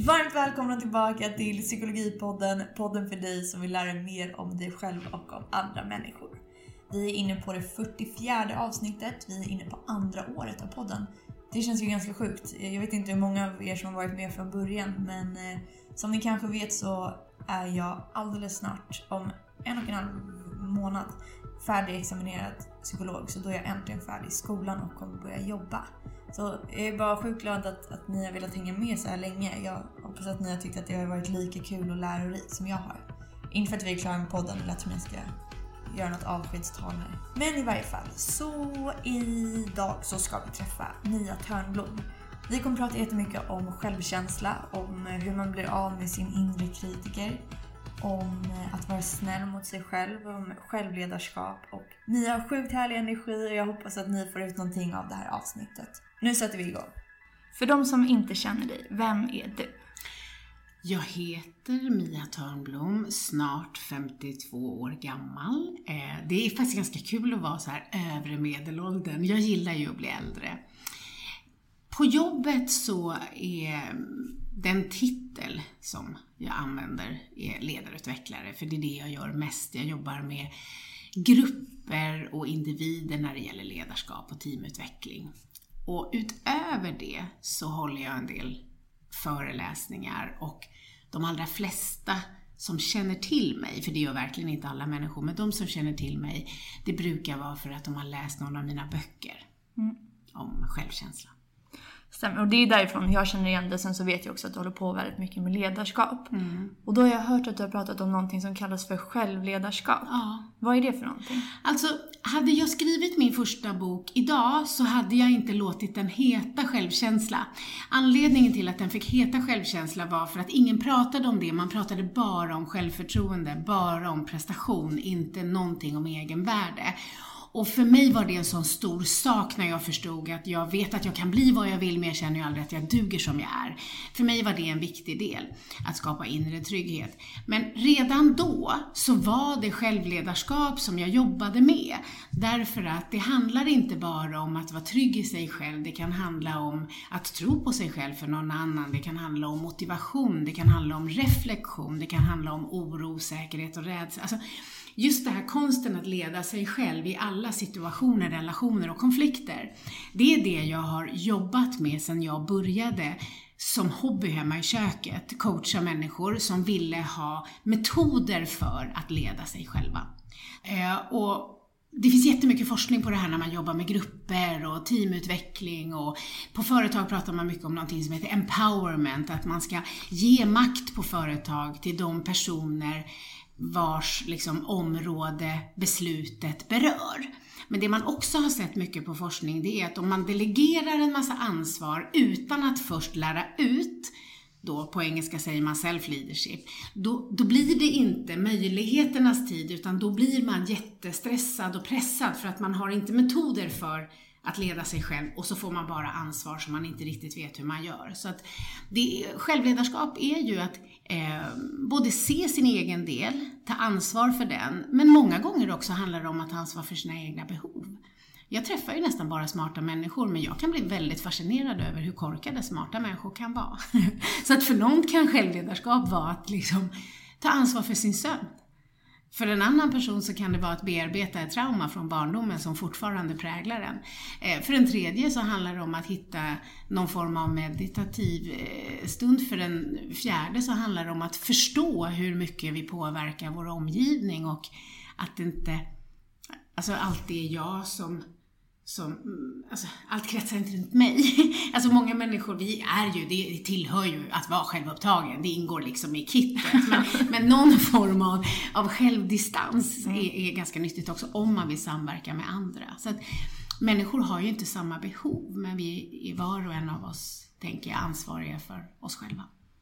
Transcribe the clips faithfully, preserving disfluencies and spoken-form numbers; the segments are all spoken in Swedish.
Varmt välkomna tillbaka till Psykologipodden, podden för dig som vill lära dig mer om dig själv och om andra människor. Vi är inne på det fyrtiofjärde avsnittet, vi är inne på andra året av podden. Det känns ju ganska sjukt. Jag vet inte hur många av er som har varit med från början, men eh, som ni kanske vet så är jag alldeles snart, om en och en halv månad, färdigexaminerad psykolog. Så då är jag äntligen färdig i skolan och kommer börja jobba. Så jag är bara sjukt glad att, att ni har velat hänga med så här länge. Jag hoppas att ni har tyckt att det har varit lika kul och lärorikt som jag har. Inte för att vi är klara med podden eller att jag ska göra något avskedstal här. Men i varje fall, så idag så ska vi träffa Mia Törnblom. Vi kommer prata jättemycket om självkänsla, om hur man blir av med sin inre kritiker, om att vara snäll mot sig själv, om självledarskap. Och Mia har sjukt härlig energi och jag hoppas att ni får ut någonting av det här avsnittet. Nu sätter vi igång. För de som inte känner dig, vem är du? Jag heter Mia Törnblom, snart femtiotvå år gammal. Det är faktiskt ganska kul att vara så här övre medelåldern. Jag gillar ju att bli äldre. På jobbet så är den titel som jag använder är ledarutvecklare. För det är det jag gör mest. Jag jobbar med grupper och individer när det gäller ledarskap och teamutveckling. Och utöver det så håller jag en del föreläsningar, och de allra flesta som känner till mig, för det gör verkligen inte alla människor, men de som känner till mig, det brukar vara för att de har läst någon av mina böcker mm. om självkänsla. Stämmer, och det är därifrån jag känner igen det. Sen så vet jag också att du håller på väldigt mycket med ledarskap. Mm. Och då har jag hört att du har pratat om någonting som kallas för självledarskap. Ja. Vad är det för någonting? Alltså, hade jag skrivit min första bok idag så hade jag inte låtit den heta självkänsla. Anledningen till att den fick heta självkänsla var för att ingen pratade om det. Man pratade bara om självförtroende, bara om prestation, inte någonting om egenvärde. Och för mig var det en sån stor sak när jag förstod att jag vet att jag kan bli vad jag vill, men jag känner ju aldrig att jag duger som jag är. För mig var det en viktig del, att skapa inre trygghet. Men redan då så var det självledarskap som jag jobbade med. Därför att det handlar inte bara om att vara trygg i sig själv. Det kan handla om att tro på sig själv för någon annan. Det kan handla om motivation, det kan handla om reflektion, det kan handla om oro, säkerhet och rädsla. Alltså, just det här konsten att leda sig själv i alla situationer, relationer och konflikter. Det är det jag har jobbat med sedan jag började som hobby hemma i köket. Coacha människor som ville ha metoder för att leda sig själva. Eh, och det finns jättemycket forskning på det här när man jobbar med grupper och teamutveckling, och på företag pratar man mycket om någonting som heter empowerment, att man ska ge makt på företag till de personer vars liksom område beslutet berör. Men det man också har sett mycket på forskning, det är att om man delegerar en massa ansvar utan att först lära ut, då på engelska säger man self-leadership, då, då blir det inte möjligheternas tid, utan då blir man jättestressad och pressad för att man har inte metoder för att leda sig själv, och så får man bara ansvar som man inte riktigt vet hur man gör. Så att det, självledarskap är ju att eh, både se sin egen del, ta ansvar för den, men många gånger också handlar det om att ta ansvar för sina egna behov. Jag träffar ju nästan bara smarta människor, men jag kan bli väldigt fascinerad över hur korkade smarta människor kan vara. Så att för någon kan självledarskap vara att liksom ta ansvar för sin sömn. För en annan person så kan det vara att bearbeta ett trauma från barndomen som fortfarande präglar en. För en tredje så handlar det om att hitta någon form av meditativ stund. För en fjärde så handlar det om att förstå hur mycket vi påverkar vår omgivning, och att det inte, alltså allt det är jag som, som alltså allt kretsar inte runt mig. Alltså många människor, vi är ju, det tillhör ju att vara självupptagen, det ingår liksom i kittet. Men, men någon form av, av självdistans är, är ganska nyttigt också om man vill samverka med andra. Så att människor har ju inte samma behov, men vi är var och en av oss, tänker jag, ansvariga för oss själva.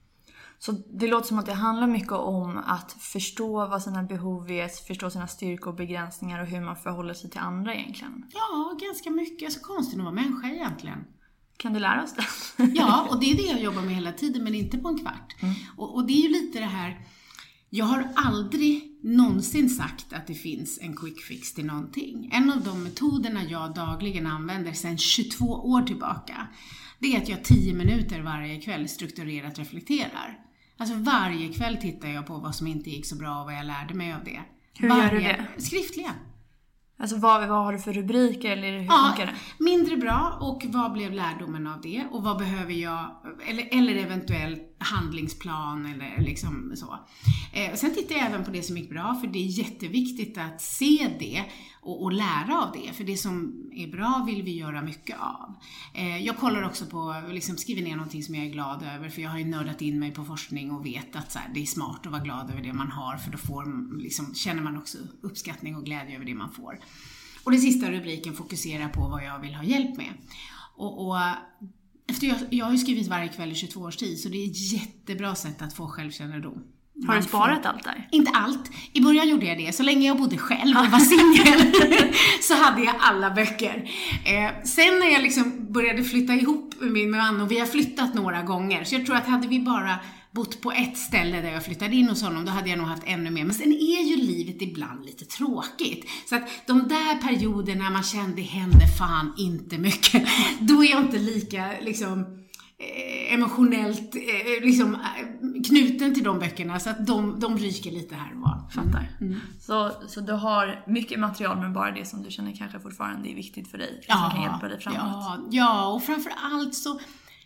Så det låter som att det handlar mycket om att förstå vad sina behov är, förstå sina styrkor och begränsningar och hur man förhåller sig till andra egentligen. Ja, ganska mycket. Så konstigt att vara människa egentligen. Kan du lära oss det? Ja, och det är det jag jobbar med hela tiden, men inte på en kvart. Mm. Och, och det är ju lite det här, jag har aldrig någonsin sagt att det finns en quick fix till någonting. En av de metoderna jag dagligen använder sedan tjugotvå år tillbaka, det är att jag tio minuter varje kväll strukturerat reflekterar. Alltså varje kväll tittar jag på vad som inte gick så bra och vad jag lärde mig av det. Hur varje... gör du det? Skriftliga. Alltså vad, vad har du för rubriker eller hur ja, funkar det? Mindre bra, och vad blev lärdomen av det? Och vad behöver jag, eller, eller eventuellt handlingsplan eller liksom så. Eh, sen tittar jag även på det som gick bra, för det är jätteviktigt att se det och, och lära av det. För det som är bra vill vi göra mycket av. Eh, jag kollar också på, liksom skriver ner någonting som jag är glad över, för jag har ju nördat in mig på forskning och vet att så här, det är smart att vara glad över det man har, för då får, liksom, känner man också uppskattning och glädje över det man får. Och den sista rubriken fokuserar på vad jag vill ha hjälp med. Och, och efter jag, jag har ju skrivit varje kväll i tjugotvå års tid, så det är ett jättebra sätt att få självkännedom. Har du sparat allt där? Inte allt. I början gjorde jag det. Så länge jag bodde själv och var singel så hade jag alla böcker. Eh, sen när jag liksom började flytta ihop med min man, och vi har flyttat några gånger, så jag tror att hade vi bara bott på ett ställe där jag flyttade in hos honom, då hade jag nog haft ännu mer. Men sen är ju livet ibland lite tråkigt. Så att de där perioderna man kände hände fan inte mycket, då är jag inte lika liksom emotionellt eh, liksom, knuten till de böckerna, så att de, de ryker lite här och var. Fattar. Mm. Så, så du har mycket material, men bara det som du känner kanske fortfarande är viktigt för dig, ja, som kan hjälpa dig framåt. Ja, ja, och framförallt så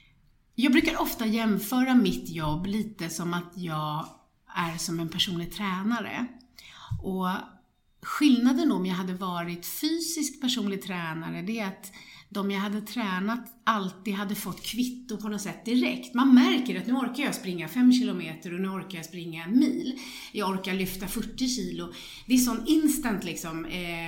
jag brukar ofta jämföra mitt jobb lite som att jag är som en personlig tränare. Och skillnaden om jag hade varit fysisk personlig tränare, det är att de jag hade tränat alltid hade fått kvitto på något sätt direkt. Man märker att nu orkar jag springa fem kilometer och nu orkar jag springa en mil. Jag orkar lyfta fyrtio kilo. Det är sån instant liksom,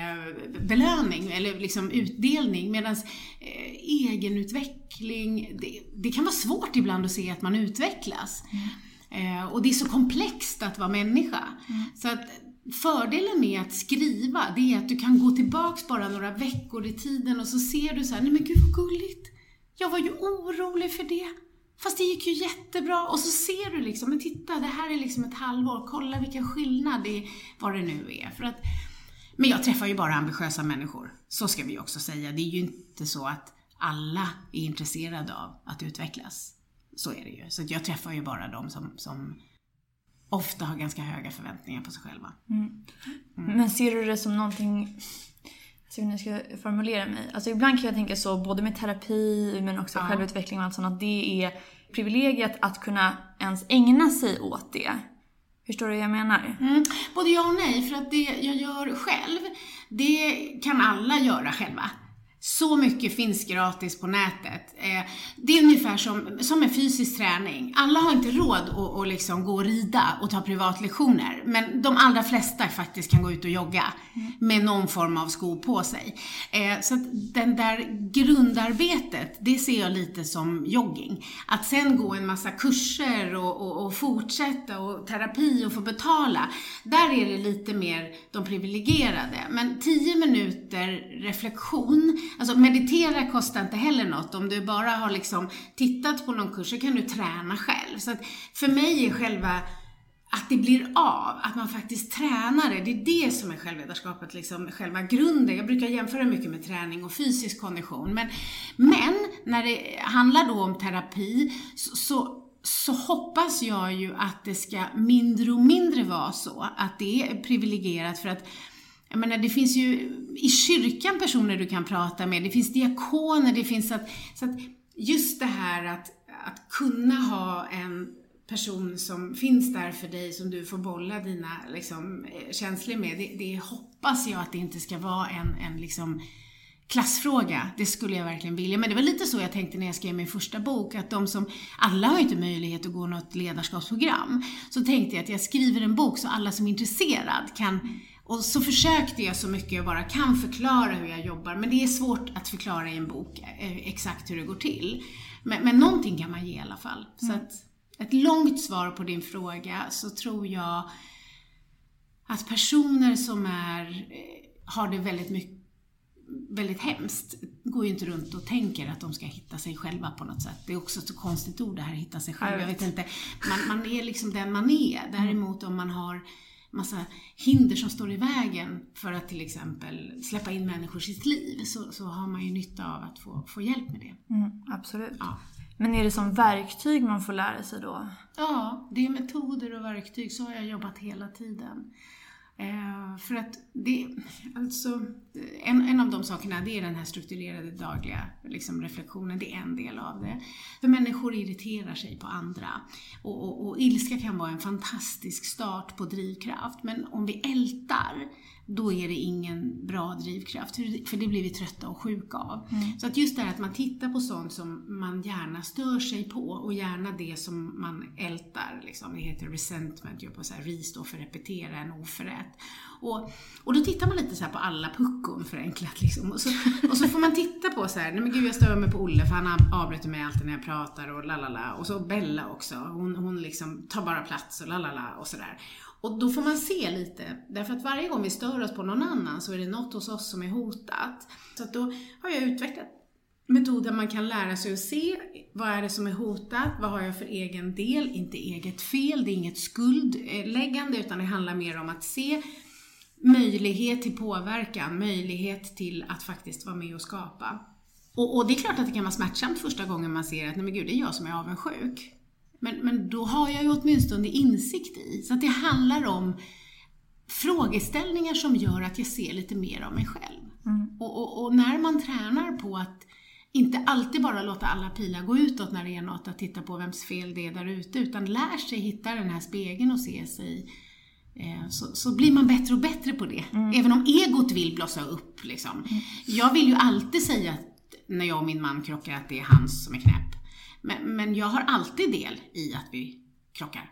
eh, belöning eller liksom utdelning. Medan eh, egenutveckling, det, det kan vara svårt ibland att se att man utvecklas. Mm. Eh, och det är så komplext att vara människa. Mm. Så att fördelen med att skriva, det är att du kan gå tillbaks bara några veckor i tiden och så ser du så här, nej men gud vad gulligt. Jag var ju orolig för det. Fast det gick ju jättebra. Och så ser du liksom, men titta, det här är liksom ett halvår. Kolla vilken skillnad det är, vad det nu är. För att, men jag träffar ju bara ambitiösa människor. Så ska vi också säga. Det är ju inte så att alla är intresserade av att utvecklas. Så är det ju. Så jag träffar ju bara de som... som ofta har ganska höga förväntningar på sig själva. Mm. Mm. Men ser du det som någonting, så hur jag ska formulera mig. Alltså ibland kan jag tänka så, både med terapi men också ja. självutveckling och allt sånt, att det är privilegiet att kunna ens ägna sig åt det. Förstår du vad jag menar? Mm. Både ja och nej, för att det jag gör själv, det kan alla göra själva. Så mycket finns gratis på nätet. Eh, det är ungefär som, som en fysisk träning. Alla har inte råd att, att liksom gå och rida och ta privatlektioner. Men de allra flesta faktiskt kan gå ut och jogga mm. med någon form av sko på sig. Eh, så att den där grundarbetet, det ser jag lite som jogging. Att sen gå en massa kurser och, och, och fortsätta och terapi och få betala. Där är det lite mer de privilegierade. Men tio minuter reflektion. Alltså meditera kostar inte heller något. Om du bara har liksom tittat på någon kurs så kan du träna själv. Så att för mig är själva att det blir av, att man faktiskt tränar det. Det är det som är självledarskapet, liksom själva grunden. Jag brukar jämföra mycket med träning och fysisk kondition. Men, men när det handlar då om terapi så, så så hoppas jag ju att det ska mindre och mindre vara så. Att det är privilegierat, för att jag menar, det finns ju i kyrkan personer du kan prata med. Det finns diakoner, det finns att, så att just det här att, att kunna ha en person som finns där för dig, som du får bolla dina liksom, känslor med. Det, det hoppas jag att det inte ska vara en, en liksom klassfråga. Det skulle jag verkligen vilja. Men det var lite så jag tänkte när jag skrev min första bok. Att de som, alla har ju inte möjlighet att gå något ledarskapsprogram. Så tänkte jag att jag skriver en bok så alla som är intresserad kan. Och så försökte jag så mycket jag bara kan förklara hur jag jobbar. Men det är svårt att förklara i en bok exakt hur det går till. Men, men någonting kan man ge i alla fall. Mm. Så att ett långt svar på din fråga, så tror jag att personer som är, har det väldigt mycket, väldigt hemskt, går ju inte runt och tänker att de ska hitta sig själva på något sätt. Det är också ett konstigt ord det här, hitta sig själv. Jag vet inte, man, man är liksom den man är. Däremot om man har massa hinder som står i vägen för att till exempel släppa in människor i sitt liv, så, så har man ju nytta av att få, få hjälp med det. Mm, absolut. Ja. Men är det som verktyg man får lära sig då? Ja, det är metoder och verktyg, så har jag jobbat hela tiden. Eh, för att det, alltså, en, en av de sakerna, det är den här strukturerade dagliga liksom, reflektionen, det är en del av det. För människor irriterar sig på andra. Och, och, och ilska kan vara en fantastisk start på drivkraft, men om vi ältar, då är det ingen bra drivkraft, för det blir vi trötta och sjuka av. Mm. Så att just det här att man tittar på sånt som man gärna stör sig på, och gärna det som man ältar, liksom, det heter resentment, gör på så här, ris då för repetera en oförrätt. Och, och då tittar man lite så här på alla puckon förenklat liksom. Och så, och så får man titta på så här, nej men gud, jag stör mig på Olle för han avbryter mig alltid när jag pratar och lalala. Och så Bella också, hon, hon liksom tar bara plats och lalala och sådär. Och då får man se lite, därför att varje gång vi stör oss på någon annan så är det något hos oss som är hotat. Så att då har jag utvecklat metoder man kan lära sig att se vad är det som är hotat, vad har jag för egen del, inte eget fel, det är inget skuldläggande, utan det handlar mer om att se möjlighet till påverkan, möjlighet till att faktiskt vara med och skapa. Och, och det är klart att det kan vara smärtsamt första gången man ser att nej men gud, det är jag som är avundsjuk. Men, men då har jag ju åtminstone insikt i. Så att det handlar om frågeställningar som gör att jag ser lite mer av mig själv. Mm. Och, och, och när man tränar på att inte alltid bara låta alla pilar gå utåt när det är något, att titta på vems fel det är där ute, utan lär sig hitta den här spegeln och se sig, eh, så, så blir man bättre och bättre på det. Mm. Även om egot vill blossa upp. Liksom. Mm. Jag vill ju alltid säga att när jag och min man krockar att det är hans som är knäpp. Men, men jag har alltid del i att vi krockar.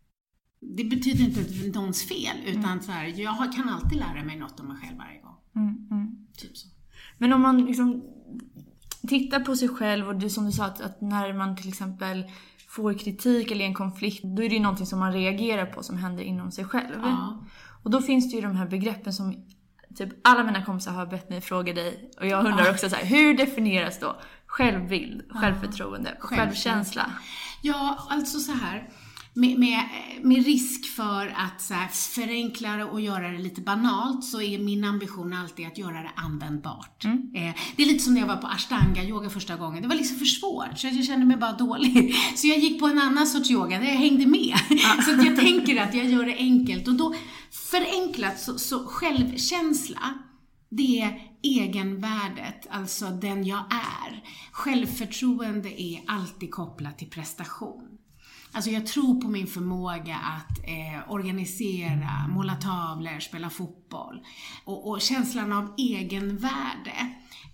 Det betyder inte att det är någons fel, utan mm. så här, jag kan alltid lära mig något om mig själv varje gång. Mm, mm. Typ så. Men om man liksom tittar på sig själv, och det som du sa att, att när man till exempel får kritik eller en konflikt, då är det ju någonting som man reagerar på som händer inom sig själv. Ja. Och då finns det ju de här begreppen som typ alla mina kompisar har bett mig fråga dig, och jag undrar också så här, hur definieras då självbild, självförtroende, ja. självkänsla? Ja, alltså så här, med, med, med risk för att så här, förenkla det och göra det lite banalt, så är min ambition alltid att göra det användbart. Mm. Eh, det är lite som när jag var på Ashtanga yoga första gången. Det var liksom för svårt, så jag kände mig bara dålig. Så jag gick på en annan sorts yoga där jag hängde med. Ja. Så att jag tänker att jag gör det enkelt. Och då förenklat så, så självkänsla, det är egenvärdet, alltså den jag är. Självförtroende är alltid kopplat till prestation. Alltså jag tror på min förmåga att eh, organisera, måla tavlor, spela fotboll. Och, och känslan av egenvärde.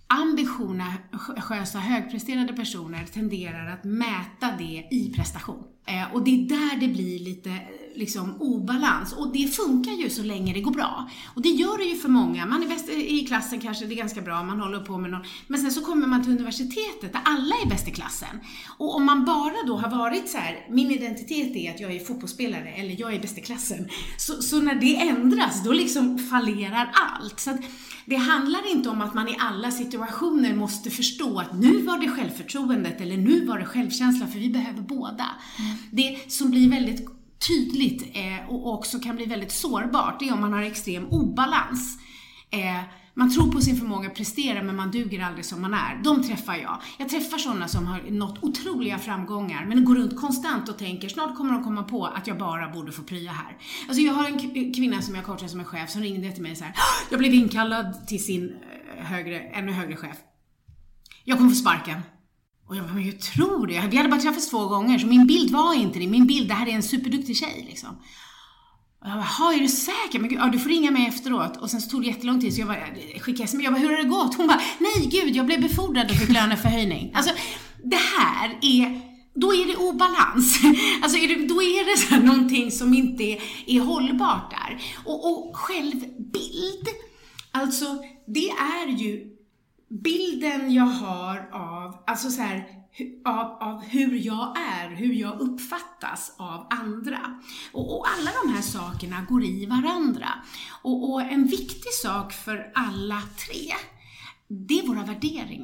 Ambitiösa, högpresterande personer tenderar att mäta det i prestation. Eh, och det är där det blir lite liksom, obalans. Och det funkar ju så länge det går bra. Och det gör det ju för många. Man är bäst i klassen kanske, det är ganska bra, man håller på med någon. Men sen så kommer man till universitetet där alla är bäst i klassen. Och om man bara då har varit så här, min identitet är att jag är fotbollsspelare eller jag är bäst i klassen. Så, så när det ändras, då liksom fallerar allt. Så att det handlar inte om att man i alla situationer måste förstå att nu var det självförtroendet eller nu var det självkänsla, för vi behöver båda. Mm. Det som blir väldigt tydligt eh, och också kan bli väldigt sårbart, det är om man har extrem obalans. Eh, man tror på sin förmåga att prestera, men man duger aldrig som man är. De träffar jag. Jag träffar sådana som har nått otroliga framgångar, men går runt konstant och tänker, snart kommer de komma på att jag bara borde få prya här. Alltså jag har en kvinna som jag coachar som är chef som ringde till mig så här: jag blev inkallad till sin högre, ännu högre chef. Jag kommer få sparken. Och jag bara, men jag tror det. Vi hade bara träffats två gånger, så min bild var inte det. Min bild, det här är en superduktig tjej liksom. Och jag bara, är du säker? Men gud, ja, du får ringa mig efteråt. Och sen så tog det jättelång tid, så jag bara, skickade sms. Jag bara, hur har det gått? Hon bara, nej gud, jag blev befordrad och fick löneförhöjning. Alltså, det här är, då är det obalans. Alltså, är det, då är det så här någonting som inte är, är hållbart där. Och, och självbild, alltså, det är ju bilden jag har av, alltså så här, av, av hur jag är, hur jag uppfattas av andra. Och, och alla de här sakerna går i varandra. Och, och en viktig sak för alla tre, det är våra värderingar.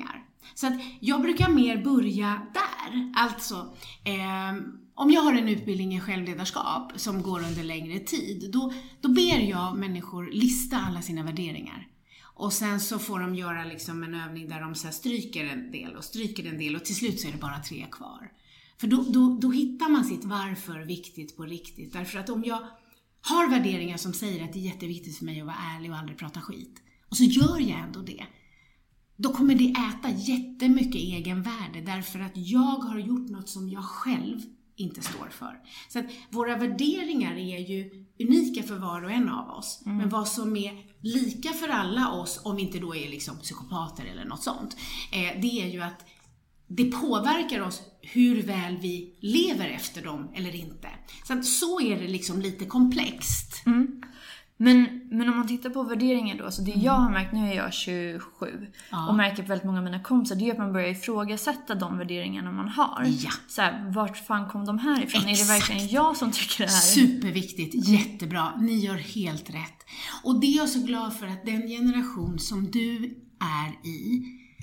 Så att jag brukar mer börja där. Alltså, eh, om jag har en utbildning i självledarskap som går under längre tid, då, då ber jag människor lista alla sina värderingar. Och sen så får de göra liksom en övning där de så här stryker en del och stryker en del och till slut så är det bara tre kvar. För då, då, då hittar man sitt varför viktigt på riktigt. Därför att om jag har värderingar som säger att det är jätteviktigt för mig att vara ärlig och aldrig prata skit, och så gör jag ändå det, då kommer det äta jättemycket egenvärde därför att jag har gjort något som jag själv inte står för. Så att våra värderingar är ju unika för var och en av oss. Mm. Men vad som är lika för alla oss, om vi inte då är liksom psykopater eller något sånt, eh, det är ju att det påverkar oss hur väl vi lever efter dem eller inte. Så att så är det liksom lite komplext. Mm. Men, men om man tittar på värderingar då, alltså det mm. jag har märkt, nu är jag tjugosju ja. och märker på väldigt många av mina kompisar, det är att man börjar ifrågasätta de värderingarna man har. Ja. Så här, vart fan kom de här ifrån? Exakt. Är det verkligen jag som tycker det här? Superviktigt, jättebra, ni gör helt rätt. Och det är jag så glad för att den generation som du är i,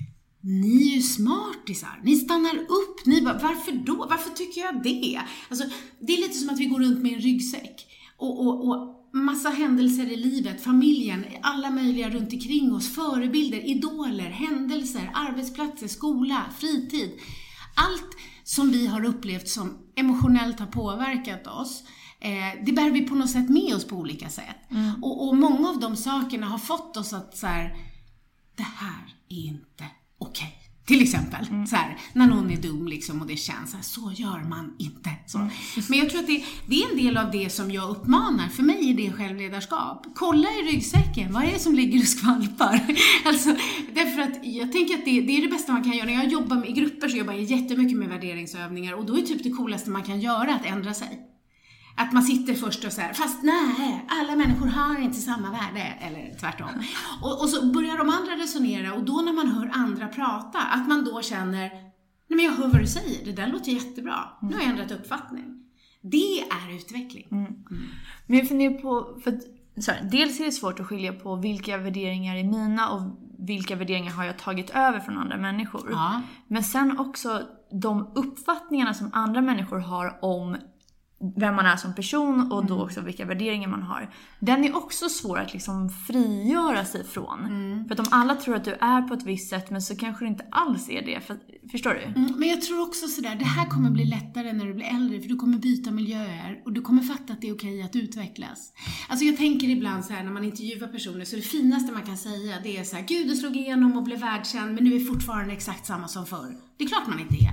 ni är ju smartisar, ni stannar upp, ni bara, varför då? Varför tycker jag det? Alltså, det är lite som att vi går runt med en ryggsäck och, och, och massa händelser i livet, familjen, alla möjliga runt omkring oss, förebilder, idoler, händelser, arbetsplatser, skola, fritid. Allt som vi har upplevt som emotionellt har påverkat oss, eh, det bär vi på något sätt med oss på olika sätt. Mm. Och, och många av de sakerna har fått oss att så här, det här är inte okej. Okay. Till exempel, mm. så här, när någon är dum liksom och det känns så här, så gör man inte. Så. Mm. Men jag tror att det, det är en del av det som jag uppmanar. För mig är det självledarskap. Kolla i ryggsäcken, vad är det som ligger och skvalpar? Alltså, därför att jag tänker att det, det är det bästa man kan göra. När jag jobbar med, i grupper så jobbar jag jättemycket med värderingsövningar. Och då är typ det coolaste man kan göra att ändra sig. Att man sitter först och så här, fast nej, alla människor har inte samma värde, eller tvärtom. Och, och så börjar de andra resonera, och då när man hör andra prata, att man då känner, nej men jag hör vad du säger, det där låter jättebra, nu har jag ändrat uppfattning. Det är utveckling. Mm. Mm. Men jag funderar på, för att, så här, dels är det svårt att skilja på vilka värderingar är mina och vilka värderingar har jag tagit över från andra människor. Ja. Men sen också de uppfattningarna som andra människor har om vem man är som person och då också vilka värderingar man har. Den är också svår att liksom frigöra sig från. Mm. För att om alla tror att du är på ett visst sätt, men så kanske det inte alls är det. För, förstår du? Mm, men jag tror också sådär, det här kommer bli lättare när du blir äldre, för du kommer byta miljöer och du kommer fatta att det är okej att utvecklas. Alltså jag tänker ibland så här, när man intervjuar personer, så det finaste man kan säga, det är så här, gud du slog igenom och blev världskänd, men nu är fortfarande exakt samma som förr. Det är klart man inte är.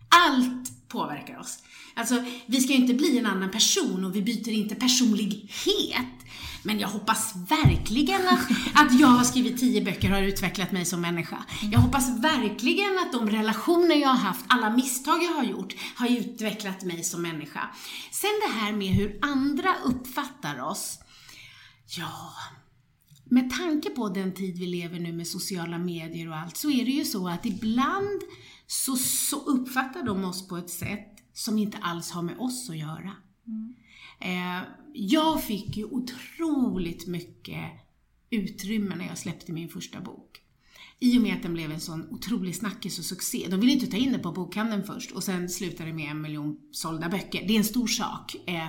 Allt påverkar oss. Alltså, vi ska ju inte bli en annan person och vi byter inte personlighet. Men jag hoppas verkligen att, att jag har skrivit tio böcker och har utvecklat mig som människa. Jag hoppas verkligen att de relationer jag har haft, alla misstag jag har gjort, har utvecklat mig som människa. Sen det här med hur andra uppfattar oss. Ja, med tanke på den tid vi lever nu med sociala medier och allt, så är det ju så att ibland så, så uppfattar de oss på ett sätt som inte alls har med oss att göra. Mm. Eh, jag fick ju otroligt mycket utrymme när jag släppte min första bok. I och med att den blev en sån otrolig snackis och succé. De ville inte ta in det på bokhandeln först och sen slutade det med en miljon sålda böcker. Det är en stor sak. Eh,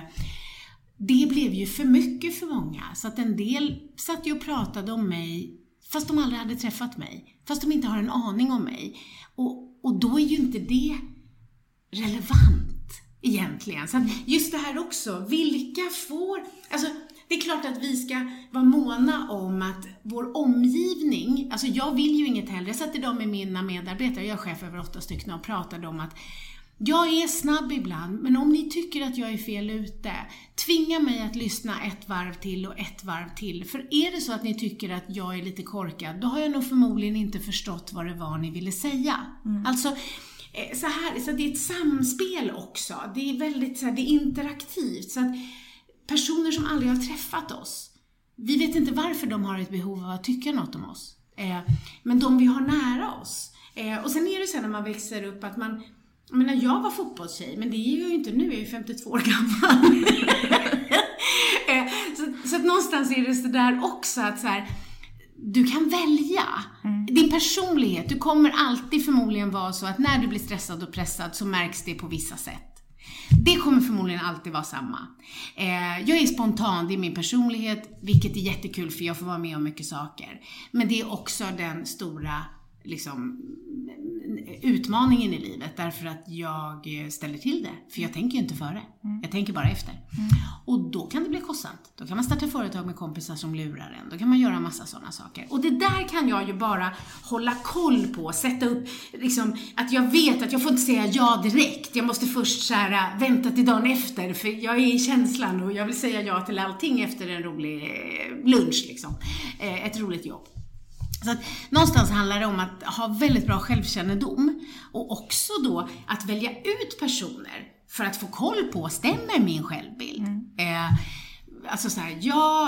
det blev ju för mycket för många. Så att en del satt ju och pratade om mig fast de aldrig hade träffat mig. Fast de inte har en aning om mig. Och, och då är ju inte det relevant egentligen. Så att just det här också, vilka får, alltså det är klart att vi ska vara måna om att vår omgivning, alltså jag vill ju inget hellre, jag satt idag med mina medarbetare, jag är chef över åtta stycken och pratade om att jag är snabb ibland, men om ni tycker att jag är fel ute, tvinga mig att lyssna ett varv till och ett varv till. För är det så att ni tycker att jag är lite korkad, då har jag nog förmodligen inte förstått vad det var ni ville säga. Mm. Alltså Så, här, så det är ett samspel också. Det är väldigt så här, det är interaktivt. Så att personer som aldrig har träffat oss, vi vet inte varför de har ett behov av att tycka något om oss. Eh, men de vi har nära oss. Eh, och sen är det så när man växer upp att man, jag menar, jag var fotbollstjej, men det är ju inte nu, jag är ju femtiotvå år gammal. eh, så, så att någonstans är det så där också att så här, du kan välja. Mm. Din personlighet, du kommer alltid förmodligen vara så att när du blir stressad och pressad så märks det på vissa sätt. Det kommer förmodligen alltid vara samma. Eh, jag är spontan, det är min personlighet, vilket är jättekul för jag får vara med om mycket saker. Men det är också den stora liksom, utmaningen i livet, därför att jag ställer till det. För jag tänker ju inte före, mm. jag tänker bara efter. Mm. Och då kan det bli kostsamt. Då kan man starta företag med kompisar som lurar en. Då kan man göra en massa sådana saker. Och det där kan jag ju bara hålla koll på. Sätta upp, liksom, att jag vet att jag får inte säga ja direkt. Jag måste först så här, vänta till dagen efter. För jag är i känslan och jag vill säga ja till allting efter en rolig lunch. Liksom. Ett roligt jobb. Så att någonstans handlar det om att ha väldigt bra självkännedom. Och också då att välja ut personer för att få koll på, stämmer min självbild? Mm. Eh, alltså så här, jag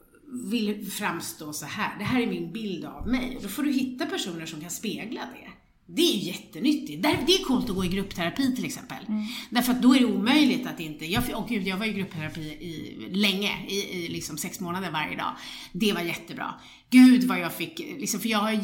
vill framstå så här. Det här är min bild av mig. Då får du hitta personer som kan spegla det. Det är ju jättenyttigt. Det är coolt att gå i gruppterapi till exempel. Mm. Därför att då är det omöjligt att inte... Jag, åh gud, jag var i gruppterapi i, länge, i, i liksom sex månader varje dag. Det var jättebra. Gud vad jag fick... Liksom, för jag har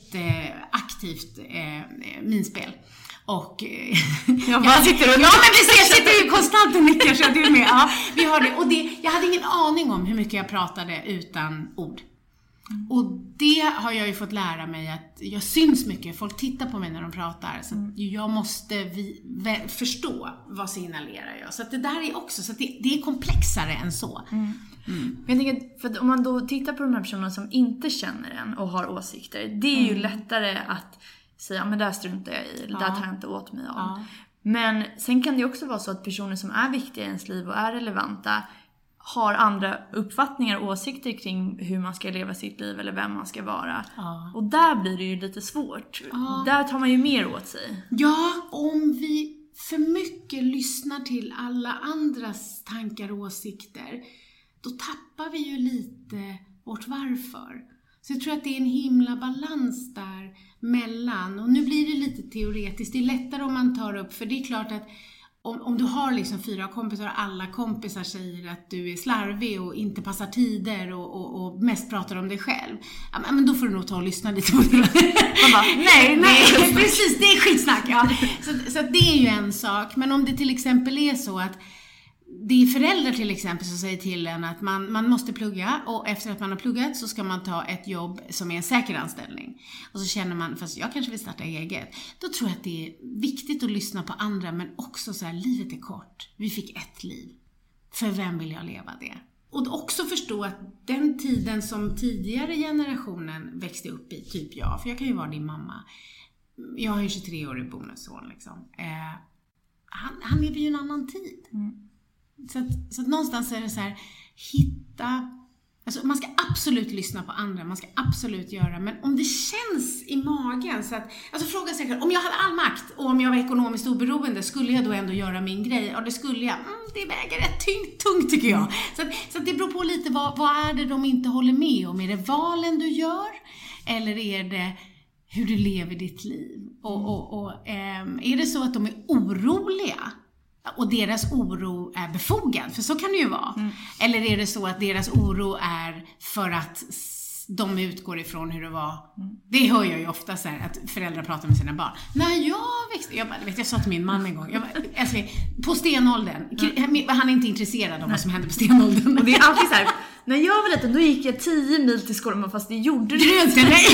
jätteaktivt eh, minspel. Och jag bara sitter och... Ja, men precis, jag sitter ju konstant och nickar så du är med. Ja, vi har det. Och det, jag hade ingen aning om hur mycket jag pratade utan ord. Mm. Och det har jag ju fått lära mig att jag syns mycket. Folk tittar på mig när de pratar. Så mm. jag måste vi, vä, förstå vad signalerar jag. Så att det där är också, så att det, det är komplexare än så. Mm. Mm. Jag tänker, för att om man då tittar på de här personerna som inte känner en och har åsikter. Det är mm. ju lättare att säga, ja men där struntar jag i, ja. Där tar jag inte åt mig av. Ja. Men sen kan det också vara så att personer som är viktiga i ens liv och är relevanta har andra uppfattningar och åsikter kring hur man ska leva sitt liv eller vem man ska vara. Ja. Och där blir det ju lite svårt. Ja. Där tar man ju mer åt sig. Ja, om vi för mycket lyssnar till alla andras tankar och åsikter, då tappar vi ju lite vårt varför. Så jag tror att det är en himla balans där mellan, och nu blir det lite teoretiskt, det är lättare om man tar upp, för det är klart att Om, om du har liksom fyra kompisar och alla kompisar säger att du är slarvig och inte passar tider och, och, och mest pratar om dig själv, ja, men då får du nog ta och lyssna lite på det. Man bara, nej, nej, precis, det är skitsnack. Ja. Så, så det är ju en sak. Men om det till exempel är så att det är föräldrar till exempel som säger till en att man, man måste plugga, och efter att man har pluggat så ska man ta ett jobb som är en säker anställning. Och så känner man, fast jag kanske vill starta eget. Då tror jag att det är viktigt att lyssna på andra, men också så här, livet är kort. Vi fick ett liv. För vem vill jag leva det? Och också förstå att den tiden som tidigare generationen växte upp i, typ jag, för jag kan ju vara din mamma. Jag har ju tjugotre-årig bonusson liksom. Eh, han, han lever ju en annan tid. Mm. Så att, så att någonstans är det så här, hitta, alltså man ska absolut lyssna på andra, man ska absolut göra, men om det känns i magen, så att, alltså fråga sig själv, om jag hade all makt och om jag var ekonomiskt oberoende, skulle jag då ändå göra min grej? Ja, det skulle jag. Mm, det väger rätt tungt, tungt tycker jag. Så, att, så att det beror på lite, vad, vad är det de inte håller med om? Är det valen du gör? Eller är det hur du lever ditt liv? Och, och, och ähm, är det så att de är oroliga? Och deras oro är befogad, för så kan det ju vara. Mm. Eller är det så att deras oro är för att de utgår ifrån hur det var. Mm. Det hör jag ju ofta så här, att föräldrar pratar med sina barn. När jag växte, jag, bara, vet, jag sa till min man en gång, jag bara, alltså, på stenåldern, mm. han är inte intresserad av Nej. Vad som hände på stenåldern. Och det är alltid så här, när jag var liten, då gick jag tio mil till skolan, fast det gjorde du inte. Nej.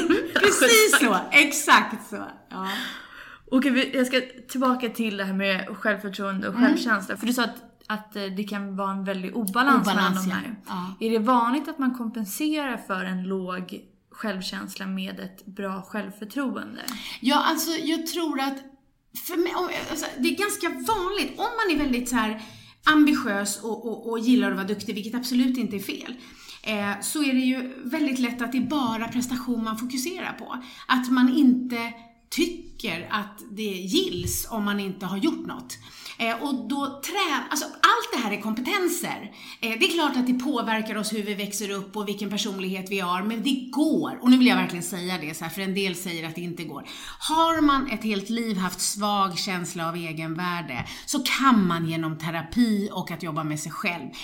Precis så, exakt så, ja. Okej, jag ska tillbaka till det här med självförtroende och självkänsla. Mm. För du sa att, att det kan vara en väldig obalans, obalans mellan de här. Ja. Är det vanligt att man kompenserar för en låg självkänsla med ett bra självförtroende? Ja, alltså jag tror att för mig, alltså, det är ganska vanligt om man är väldigt så här ambitiös och, och, och gillar att vara duktig, vilket absolut inte är fel. Eh, så är det ju väldigt lätt att det är bara prestation man fokuserar på. Att man inte tycker att det gills om man inte har gjort något. Eh, och då trä, alltså allt det här är kompetenser. Eh, det är klart att det påverkar oss hur vi växer upp och vilken personlighet vi har, men det går. Och nu vill jag verkligen säga det så här, för en del säger att det inte går. Har man ett helt liv haft svag känsla av egenvärde, så kan man genom terapi och att jobba med sig själv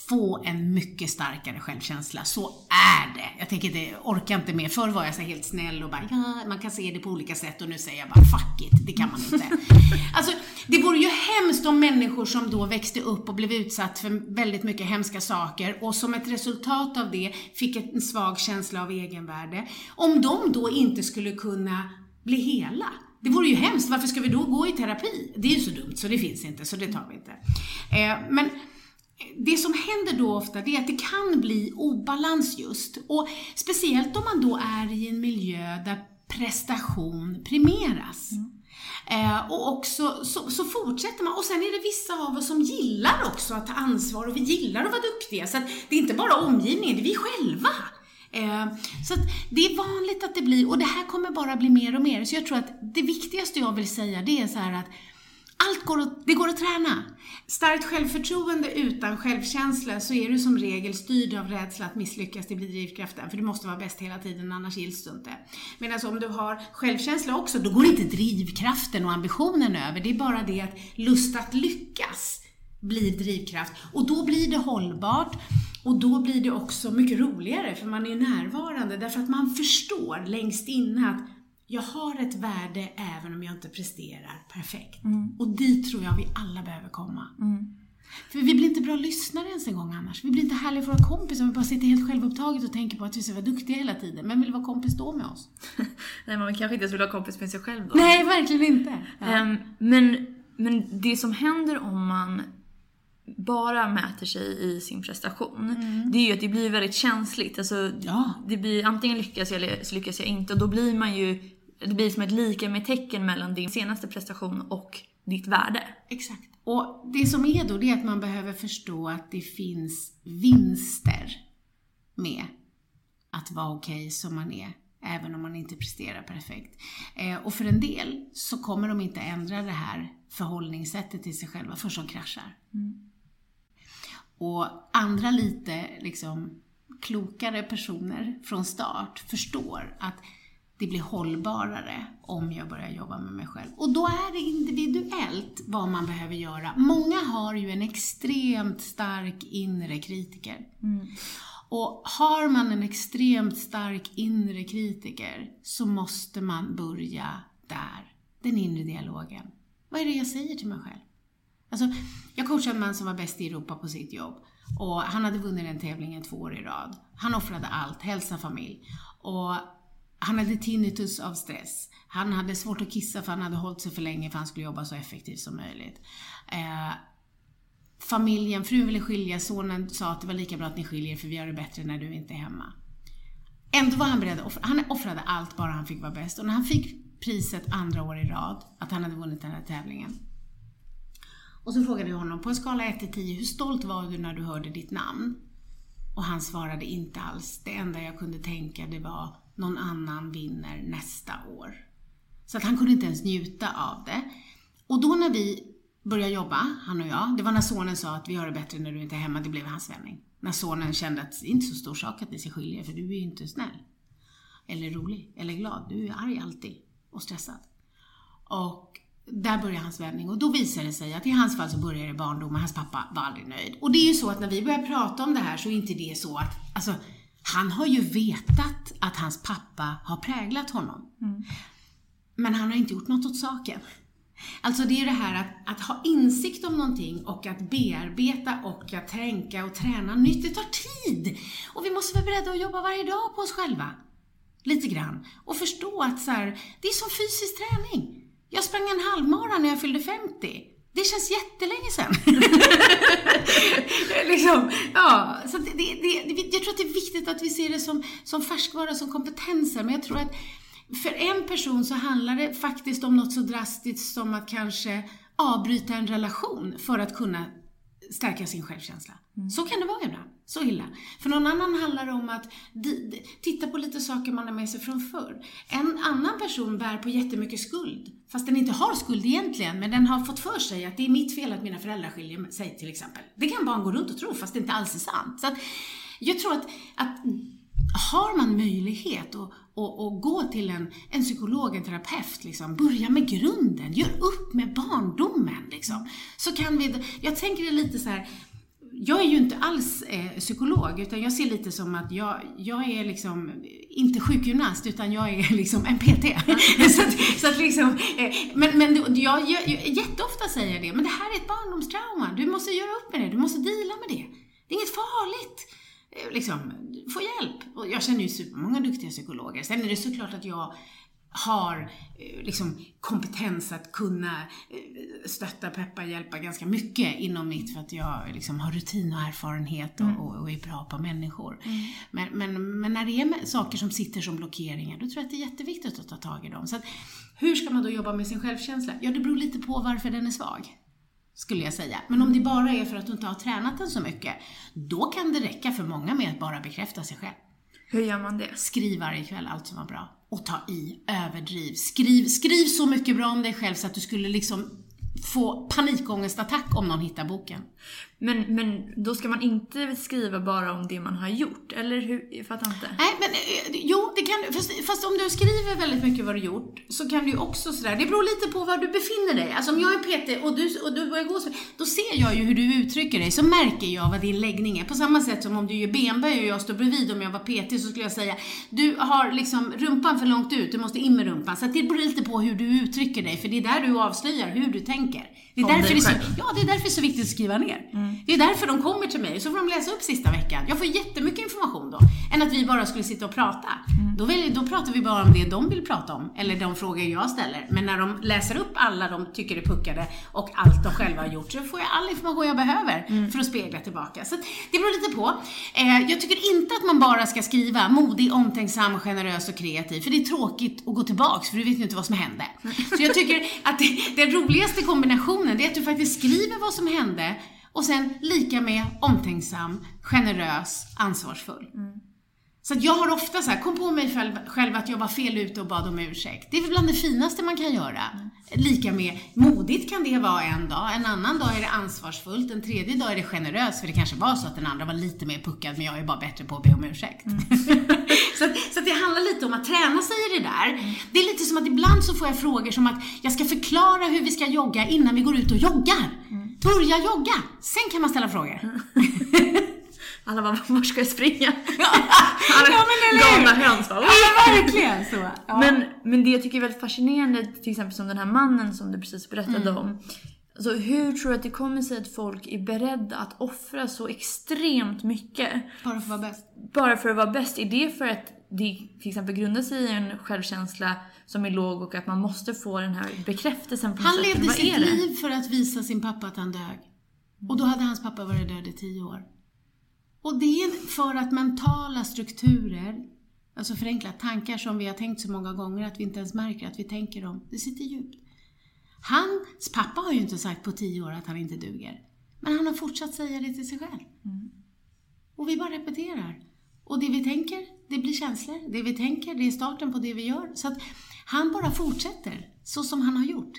få en mycket starkare självkänsla. Så är det. Jag tänker inte, orkar inte mer. Förr var jag så helt snäll och bara, ja, man kan se det på olika sätt. Och nu säger jag bara, fuck it, det kan man inte. Alltså, det vore ju hemskt om människor som då växte upp och blev utsatt för väldigt mycket hemska saker. Och som ett resultat av det fick en svag känsla av egenvärde. Om de då inte skulle kunna bli hela. Det vore ju hemskt. Varför ska vi då gå i terapi? Det är ju så dumt, så det finns inte. Så det tar vi inte. Eh, men... Det som händer då ofta är att det kan bli obalans just. Och speciellt om man då är i en miljö där prestation primeras. Mm. Eh, och också så, så fortsätter man. Och sen är det vissa av oss som gillar också att ta ansvar. Och vi gillar att vara duktiga. Så att det är inte bara omgivningen, det är vi själva. Eh, så att det är vanligt att det blir. Och det här kommer bara bli mer och mer. Så jag tror att det viktigaste jag vill säga, det är så här att allt går att, det går att träna. Starkt självförtroende utan självkänsla, så är du som regel styrd av rädsla att misslyckas, det blir drivkraften. För du måste vara bäst hela tiden, annars gills du inte. Medan om du har självkänsla också, då går inte drivkraften och ambitionen över. Det är bara det att lust att lyckas blir drivkraft. Och då blir det hållbart. Och då blir det också mycket roligare, för man är närvarande. Därför att man förstår längst inne att jag har ett värde även om jag inte presterar perfekt. Mm. Och dit tror jag vi alla behöver komma. Mm. För vi blir inte bra lyssnare ens en gång annars. Vi blir inte härliga för våra kompisar om vi bara sitter helt självupptaget och tänker på att vi ska vara duktiga hela tiden. Men vill vara kompis då med oss? Nej, man kanske inte vill vara kompis med sig själv då. Nej, verkligen inte. Ja. Um, men, men det som händer om man bara mäter sig i sin prestation, mm. det är ju att det blir väldigt känsligt. Alltså, ja. Det blir antingen lyckas jag eller så lyckas jag inte. Och då blir man ju, det blir som ett lika med tecken mellan din senaste prestation och ditt värde. Exakt. Och det som är då, det är att man behöver förstå att det finns vinster med att vara okej som man är, även om man inte presterar perfekt. Eh, och för en del så kommer de inte ändra det här förhållningssättet till sig själva för som kraschar. Mm. Och andra lite liksom klokare personer från start förstår att det blir hållbarare om jag börjar jobba med mig själv. Och då är det individuellt vad man behöver göra. Många har ju en extremt stark inre kritiker. Mm. Och har man en extremt stark inre kritiker så måste man börja där. Den inre dialogen. Vad är det jag säger till mig själv? Alltså, jag coachade en man som var bäst i Europa på sitt jobb. Och han hade vunnit den tävlingen två år i rad. Han offrade allt, hälsa, familj. Och han hade tinnitus av stress. Han hade svårt att kissa för han hade hållit sig för länge för han skulle jobba så effektivt som möjligt. Eh, familjen, frun ville skilja. Sonen sa att det var lika bra att ni skiljer för vi gör det bättre när du inte är hemma. Ändå var han beredd att offra. Han offrade allt bara han fick vara bäst. Och när han fick priset andra år i rad, att han hade vunnit den här tävlingen. Och så frågade jag honom på en skala ett till tio, hur stolt var du när du hörde ditt namn? Och han svarade inte alls. Det enda jag kunde tänka det var någon annan vinner nästa år. Så att han kunde inte ens njuta av det. Och då när vi började jobba, han och jag, det var när sonen sa att vi har det bättre när du inte är hemma, det blev hans vändning. När sonen kände att det är inte så stor sak att ni ska skilja för du är ju inte snäll. Eller rolig, eller glad. Du är arg alltid och stressad. Och där börjar hans vändning. Och då visar det sig att i hans fall så börjar det barndomen. Hans pappa var aldrig nöjd. Och det är ju så att när vi börjar prata om det här så är inte det så att... Alltså, han har ju vetat att hans pappa har präglat honom. Mm. Men han har inte gjort något åt saken. Alltså det är det här att, att ha insikt om någonting och att bearbeta och att tänka och träna nytt. Det tar tid. Och vi måste vara beredda att jobba varje dag på oss själva. Lite grann. Och förstå att så här, det är som fysisk träning. Jag sprang en halvmara när jag fyllde femtio. Det känns jättelänge sedan. liksom, ja, så det, det, det, jag tror att det är viktigt att vi ser det som, som färskvara, som kompetenser. Men jag tror att för en person så handlar det faktiskt om något så drastiskt som att kanske avbryta en relation för att kunna stärka sin självkänsla. Mm. Så kan det vara ibland. Så illa. För någon annan handlar det om att d- d- titta på lite saker man har med sig från förr. En annan person bär på jättemycket skuld. Fast den inte har skuld egentligen. Men den har fått för sig att det är mitt fel att mina föräldrar skiljer sig till exempel. Det kan barn gå runt och tro fast det inte alls är sant. Så att jag tror att, att har man möjlighet att och, och gå till en, en psykolog, en terapeut, liksom, börja med grunden. Gör upp med barndomen. Liksom. Så kan vi, jag tänker det lite så här... jag är ju inte alls eh, psykolog, utan jag ser lite som att jag, jag är liksom inte sjukgymnast, utan jag är liksom en P T. så att, så att liksom, eh, men, men jag, jag, jag jätteofta säger det, men det här är ett barndomstrauma, du måste göra upp med det, du måste deala med det. Det är inget farligt. Eh, liksom, få hjälp. Och jag känner ju supermånga duktiga psykologer. Sen är det såklart att jag har liksom kompetens att kunna stötta, peppa, hjälpa ganska mycket inom mitt, för att jag liksom har rutin och erfarenhet och, mm. och, och är bra på människor. Mm. Men, men, men när det är saker som sitter som blockeringar, då tror jag att det är jätteviktigt att ta tag i dem. Så att, hur ska man då jobba med sin självkänsla? Ja, det beror lite på varför den är svag, skulle jag säga. Men om det bara är för att du inte har tränat den så mycket, då kan det räcka för många med att bara bekräfta sig själv. Hur gör man det? Skriv varje kväll allt som var bra. Och ta i, överdriv. Skriv, skriv så mycket bra om dig själv så att du skulle liksom få panikångestattack om någon hittar boken. Men, men då ska man inte skriva bara om det man har gjort, eller hur? Jag fattar inte. Nej, men jo, det kan, fast, fast om du skriver väldigt mycket vad du gjort, så kan du ju också sådär, det beror lite på var du befinner dig. Alltså om jag är P T och du, och du börjar gå så, då ser jag ju hur du uttrycker dig, så märker jag vad din läggning är. På samma sätt som om du gör benböj och jag står bredvid, om jag var P T, så skulle jag säga, du har liksom rumpan för långt ut, du måste in med rumpan. Så det beror lite på hur du uttrycker dig, för det är där du avslöjar hur du tänker. Det är, därför det, är så, ja, det är därför det är så viktigt att skriva ner. Mm. Det är därför de kommer till mig, så får de läsa upp sista veckan. Jag får jättemycket information då, än att vi bara skulle sitta och prata. Mm. Då, vill, då pratar vi bara om det de vill prata om, eller de frågor jag ställer. Men när de läser upp alla de tycker är puckade och allt de själva har gjort, så får jag all information jag behöver mm. för att spegla tillbaka. Så det beror lite på. Eh, jag tycker inte att man bara ska skriva modig, omtänksam, generös och kreativ, för det är tråkigt att gå tillbaks, för du vet ju inte vad som hände. Mm. Så jag tycker att det, den roligaste kombinationen, det är att du faktiskt skriver vad som hände och sen lika med omtänksam, generös, ansvarsfull. Mm. Så att jag har ofta så här, kom på mig själv, själv att jag var fel ute och bad om ursäkt. Det är väl bland det finaste man kan göra. Mm. Lika med modigt kan det vara en dag, en annan dag är det ansvarsfullt, en tredje dag är det generöst, för det kanske var så att den andra var lite mer puckad, men jag är bara bättre på att be om ursäkt. Mm. så att, så att det handlar lite om att träna sig i det där. Mm. Det är lite som att ibland så får jag frågor som att jag ska förklara hur vi ska jogga innan vi går ut och joggar. Mm. Börja jogga, sen kan man ställa frågor. Mm. Alla bara, var ska jag springa? Ja, ja men eller galna höns bara. Ja, men verkligen så. Ja. Men, men det jag tycker är väldigt fascinerande, till exempel som den här mannen som du precis berättade mm. om. Alltså, hur tror du att det kommer sig att folk är beredda att offra så extremt mycket? Bara för att vara bäst. Bara för att vara bäst. Är det för att det till exempel grundar sig i en självkänsla som är låg och att man måste få den här bekräftelsen på Han sätt? levde Vad sitt är det? liv för att visa sin pappa att han dög. Och då hade hans pappa varit död i tio år. Och det är för att mentala strukturer, alltså förenkla tankar som vi har tänkt så många gånger att vi inte ens märker att vi tänker dem, det sitter djupt. Hans pappa har ju inte sagt på tio år att han inte duger. Men han har fortsatt säga det till sig själv. Mm. Och vi bara repeterar. Och det vi tänker, det blir känslor. Det vi tänker, det är starten på det vi gör. Så att han bara fortsätter så som han har gjort.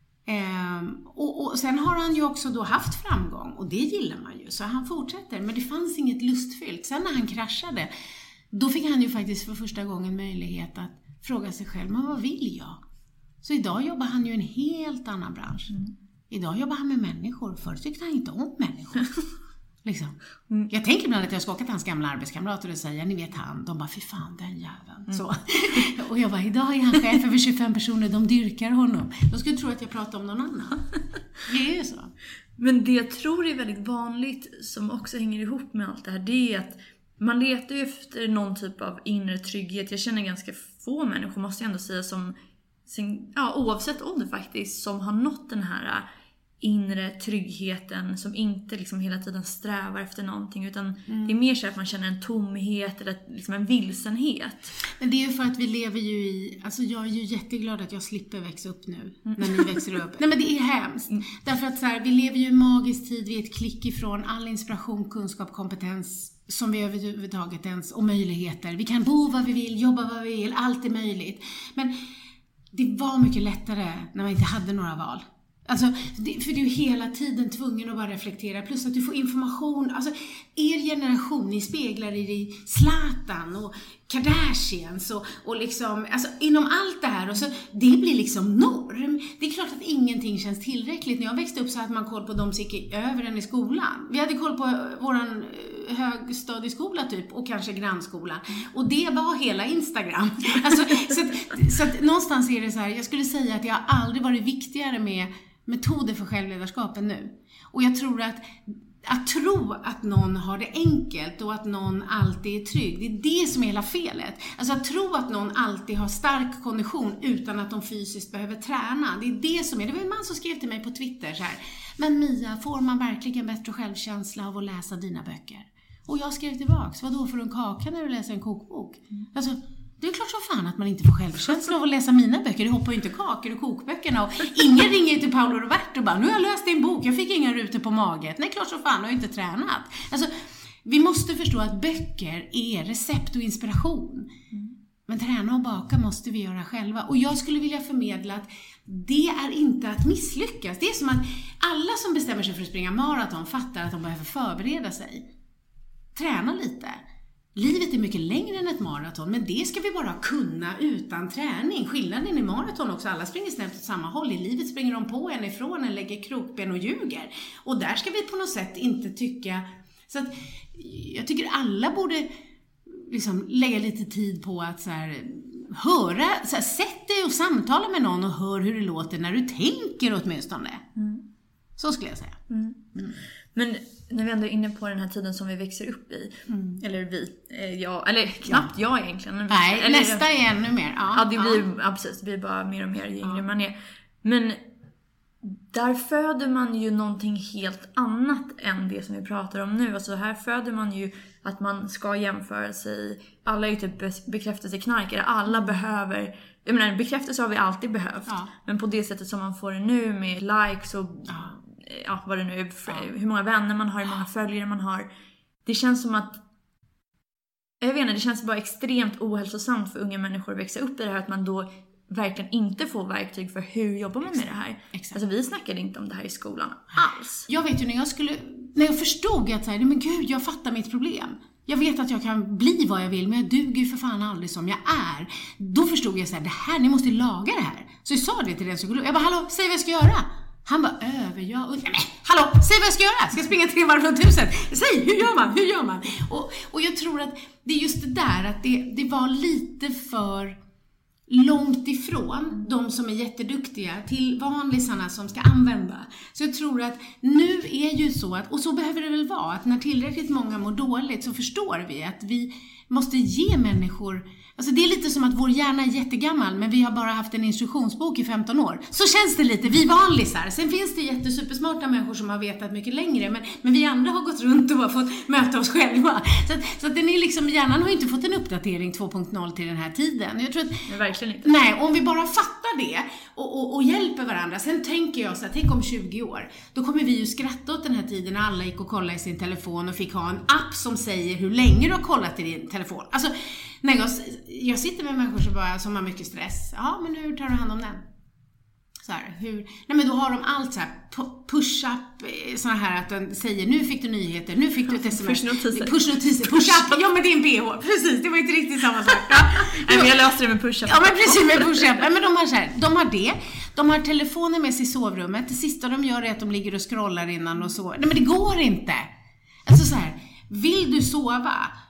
Ehm, och, och sen har han ju också då haft framgång, och det gillar man ju, så han fortsätter, men det fanns inget lustfyllt. Sen när han kraschade, då fick han ju faktiskt för första gången möjlighet att fråga sig själv, men vad vill jag? Så idag jobbar han ju i en helt annan bransch. Mm. Idag jobbar han med människor, förr tyckte han inte om människor. Liksom. Mm. Jag tänker ibland att jag ska åka till hans gamla arbetskamrater och säga, ni vet han, de bara, fy fan den jäveln. Mm. Så. Och jag bara, idag är han chef över tjugofem personer, de dyrkar honom. De skulle tro att jag pratar om någon annan. Det är ju så. Men det jag tror är väldigt vanligt, som också hänger ihop med allt det här, det är att man letar ju efter någon typ av inre trygghet. Jag känner ganska få människor, måste jag ändå säga, som sin, ja, oavsett ålder faktiskt, som har nått den här inre tryggheten, som inte liksom hela tiden strävar efter någonting, utan mm. det är mer så att man känner en tomhet eller liksom en vilsenhet. Men det är ju för att vi lever ju i, alltså jag är ju jätteglad att jag slipper växa upp nu mm. när ni växer upp. Nej men det är hemskt. Mm. Därför att så här, vi lever ju i en magisk tid, vi är ett klick ifrån all inspiration, kunskap, kompetens som vi överhuvudtaget ens, och möjligheter. Vi kan bo vad vi vill, jobba vad vi vill, allt är möjligt. Men det var mycket lättare när man inte hade några val. Alltså, det, för du är hela tiden tvungen att bara reflektera. Plus att du får information. Alltså, er generation, ni speglar er i Zlatan och Kardashians och, och liksom, alltså inom allt det här. Och så, det blir liksom norm. Det är klart att ingenting känns tillräckligt. När jag växte upp så hade man koll på de som gick över en i skolan. Vi hade koll på våran högstadieskola typ och kanske grannskolan. Och det var hela Instagram. Alltså, så att, så att någonstans är det så här, jag skulle säga att det har aldrig varit viktigare med metoder för självledarskap än nu. Och jag tror att att tro att någon har det enkelt och att någon alltid är trygg, det är det som är hela felet. Alltså att tro att någon alltid har stark kondition utan att de fysiskt behöver träna, det är det som är. Det var en man som skrev till mig på Twitter så här: men Mia, får man verkligen bättre självkänsla av att läsa dina böcker? Och jag skrev tillbaks: vad då, får du en kaka när du läser en kokbok? Mm. Alltså, det är klart så fan att man inte får självkänsla av att läsa mina böcker. Det hoppar ju inte kakor och kokböckerna. Och ingen ringer till Paolo Roberto och bara: nu har jag läst din bok, jag fick inga rutor på maget. Nej, klart så fan, jag har inte tränat. Alltså, vi måste förstå att böcker är recept och inspiration. Mm. Men träna och baka måste vi göra själva. Och jag skulle vilja förmedla att det är inte att misslyckas. Det är som att alla som bestämmer sig för att springa maraton fattar att de behöver förbereda sig. Träna lite. Livet är mycket längre än ett maraton, men det ska vi bara kunna utan träning. Skillnaden i maraton också, alla springer snabbt åt samma håll. I livet springer de på en ifrån, en lägger krokben och ljuger. Och där ska vi på något sätt inte tycka... Så att jag tycker alla borde liksom lägga lite tid på att så här, höra, så här, sätt dig och samtala med någon och hör hur det låter när du tänker åtminstone. Mm. Så skulle jag säga. Mm. Mm. Men när vi ändå är inne på den här tiden som vi växer upp i, mm. eller vi, eh, jag, eller knappt ja. jag egentligen. Nej, eller, nästa är ännu mer. Ja, ja det blir, ja. Ja, precis, det blir bara mer och mer ju yngre ja. man är. Men där föder man ju någonting helt annat än det som vi pratar om nu. Alltså här föder man ju att man ska jämföra sig. Alla är ju typ bekräftelseknarkare. Alla behöver, jag menar, bekräftelse har vi alltid behövt. Ja. Men på det sättet som man får det nu med likes och ja. Ja, vad det nu är, ja. hur många vänner man har, hur många följare man har. Det känns som att, jag vet inte, det känns bara extremt ohälsosamt för unga människor att växa upp i det här, att man då verkligen inte får verktyg för hur jobbar man med det här. Exakt. Alltså vi snackade inte om det här i skolan alls. Jag vet ju när jag skulle, när jag förstod att säga, men gud, jag fattar mitt problem. Jag vet att jag kan bli vad jag vill, men jag duger ju för fan aldrig som jag är. Då förstod jag så här, det här, ni måste laga det här. Så jag sa det till den psykolog. Jag bara, hallå, säg vad jag ska göra. Han bara, över, jag... Nej, hallå, säg vad jag ska göra. Ska jag springa tre varv runt huset? Säg, hur gör man? Hur gör man? Och, och jag tror att det är just det där, att det, det var lite för långt ifrån de som är jätteduktiga till vanlisarna som ska använda. Så jag tror att nu är ju så att, och så behöver det väl vara, att när tillräckligt många mår dåligt så förstår vi att vi måste ge människor, alltså det är lite som att vår hjärna är jättegammal men vi har bara haft en instruktionsbok i femton år. Så känns det lite, vi vanlisar. Sen finns det jättesupersmarta människor som har vetat mycket längre, men, men vi andra har gått runt och har fått möta oss själva. Så, att, så att den är liksom, hjärnan har inte fått en uppdatering två punkt noll till den här tiden. Jag tror att, men verkligen inte. Nej, om vi bara fattar det och, och, och hjälper varandra. Sen tänker jag så här, tänk om tjugo år, då kommer vi ju skratta åt den här tiden när alla gick och kollade i sin telefon och fick ha en app som säger hur länge du har kollat i din telefon. Alltså, när jag, jag sitter med människor som, bara, som har mycket stress. Ja, men hur tar du hand om den? Så här, hur? Nej, men då har de allt så här push-up, såna här att den säger, nu fick du nyheter, nu fick du ett sms. Push-notiser. Push-notiser, push-up. Ja, men det är en B H. Precis, det var inte riktigt samma sak. Ja. Nej, men jag löste det med push-up. Ja, men precis, med push-up. Nej, men de har så här, de har det. De har telefonen med sig i sovrummet. Det sista de gör är att de ligger och scrollar innan och så. Nej, men det går inte. Alltså så här, vill du sova?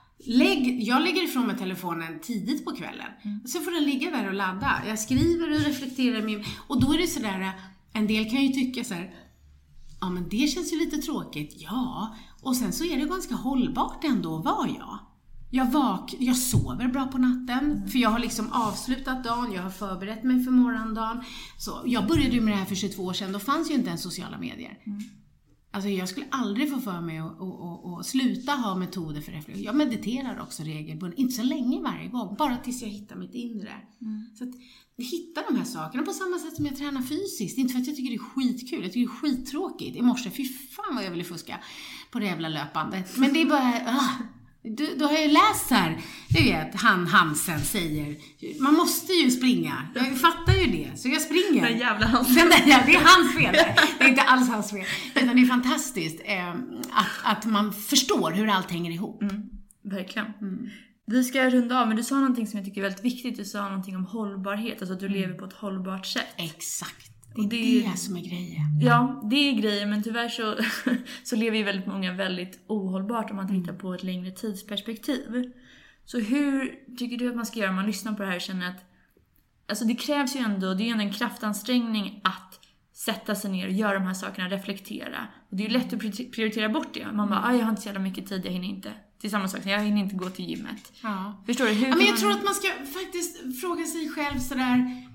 Lägg, jag lägger ifrån med telefonen tidigt på kvällen. Mm. Så får den ligga där och ladda. Jag skriver och reflekterar med, och då är det sådär, en del kan ju tycka så här, ja men det känns ju lite tråkigt. Ja, och sen så är det ganska hållbart ändå, var jag. Jag, vak, jag sover bra på natten, mm. för jag har liksom avslutat dagen, jag har förberett mig för morgondagen. Så jag började ju med det här för tjugotvå år sedan, då fanns ju inte ens sociala medier. Mm. Alltså jag skulle aldrig få för mig att, att, att, att sluta ha metoder för reflektion. Jag mediterar också regelbundet, inte så länge varje gång, bara tills jag hittar mitt inre. Mm. Så att hitta de här sakerna på samma sätt som jag tränar fysiskt. Inte för att jag tycker det är skitkul, jag tycker det är skittråkigt. I morse, fy fan vad jag ville fuska på det jävla löpandet. Men det är bara, ah, Du, då har jag ju läst här, du vet, han Hansen säger, man måste ju springa. Jag fattar ju det, så jag springer. Den jävla Hansen. Den där, ja, det är hans fel. Det är inte alls hans fel. Utan det är fantastiskt eh, att, att man förstår hur allt hänger ihop. Mm, verkligen. Mm. Vi ska runda av, men du sa någonting som jag tycker är väldigt viktigt. Du sa någonting om hållbarhet, alltså att du mm. lever på ett hållbart sätt. Exakt. Det är det, det som är grejen. Ja, det är grejen, men tyvärr så, så lever ju väldigt många väldigt ohållbart om man tittar mm. på ett längre tidsperspektiv. Så hur tycker du att man ska göra om man lyssnar på det här och känner att alltså det krävs ju ändå, det är ju ändå en kraftansträngning att sätta sig ner och göra de här sakerna, reflektera. Och det är ju lätt att prioritera bort det. Man bara, jag har inte så jävla mycket tid, jag hinner inte. Det är samma sak, jag hinner inte gå till gymmet. Ja. Förstår du? Hur ja, men jag man... tror att man ska faktiskt fråga sig själv sådär,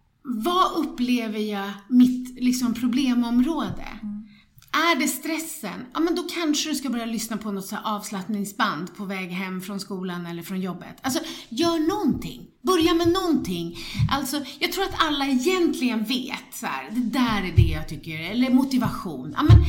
vad upplever jag mitt liksom, problemområde? Mm. Är det stressen? Ja, men då kanske du ska börja lyssna på något så här avslappningsband på väg hem från skolan eller från jobbet. Alltså, gör någonting. Börja med någonting. Alltså, jag tror att alla egentligen vet så här, det där är det jag tycker. Eller motivation. Ja, men